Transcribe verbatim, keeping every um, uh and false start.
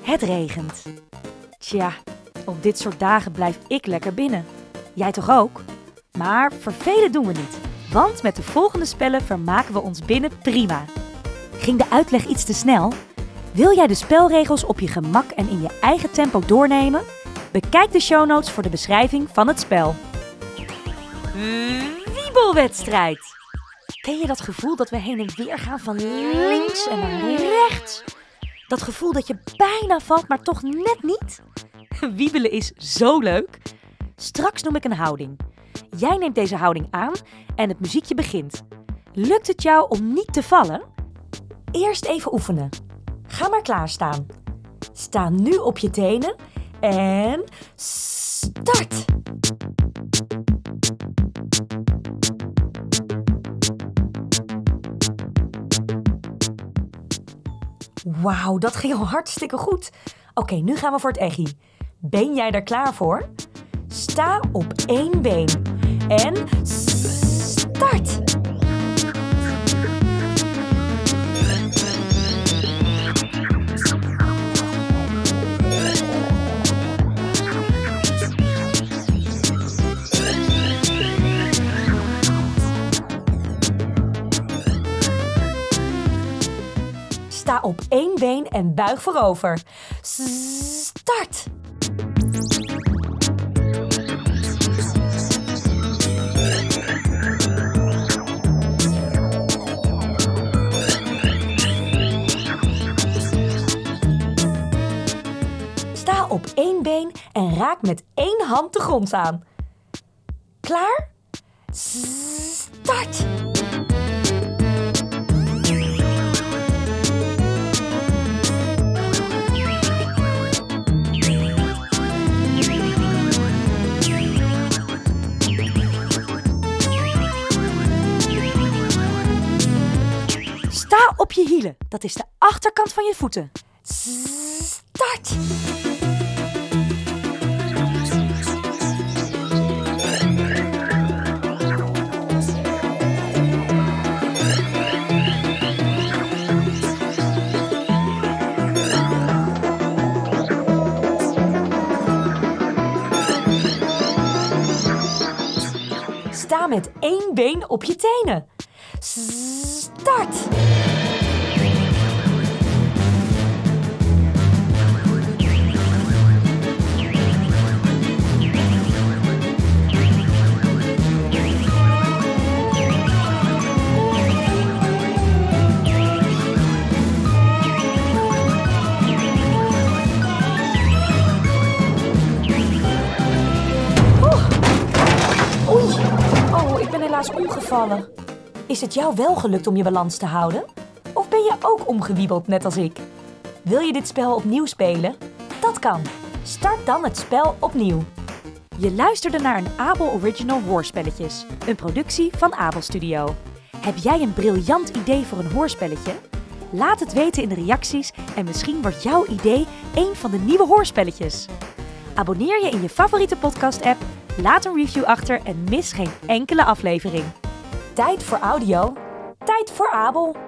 Het regent. Tja, op dit soort dagen blijf ik lekker binnen. Jij toch ook? Maar vervelen doen we niet, want met de volgende spellen vermaken we ons binnen prima. Ging de uitleg iets te snel? Wil jij de spelregels op je gemak en in je eigen tempo doornemen? Bekijk de show notes voor de beschrijving van het spel. Wiebelwedstrijd! Ken je dat gevoel dat we heen en weer gaan van links en naar rechts? Dat gevoel dat je bijna valt, maar toch net niet? Wiebelen is zo leuk. Straks noem ik een houding. Jij neemt deze houding aan en het muziekje begint. Lukt het jou om niet te vallen? Eerst even oefenen. Ga maar klaarstaan. Sta nu op je tenen en start! Wauw, dat ging al hartstikke goed. Oké, okay, nu gaan we voor het eggie. Ben jij er klaar voor? Sta op één been en start! Sta op één been en buig voorover. Start! Sta op één been en raak met één hand de grond aan. Klaar? Start! Sta op je hielen. Dat is de achterkant van je voeten. Start! Sta met één been op je tenen. Start! Oei, oh, ik ben helaas omgevallen. Is het jou wel gelukt om je balans te houden? Of ben je ook omgewiebeld, net als ik? Wil je dit spel opnieuw spelen? Dat kan. Start dan het spel opnieuw. Je luisterde naar een Abel Original Hoorspelletjes, een productie van Abel Studio. Heb jij een briljant idee voor een hoorspelletje? Laat het weten in de reacties en misschien wordt jouw idee één van de nieuwe hoorspelletjes. Abonneer je in je favoriete podcast-app, laat een review achter en mis geen enkele aflevering. Tijd voor audio, tijd voor Abel.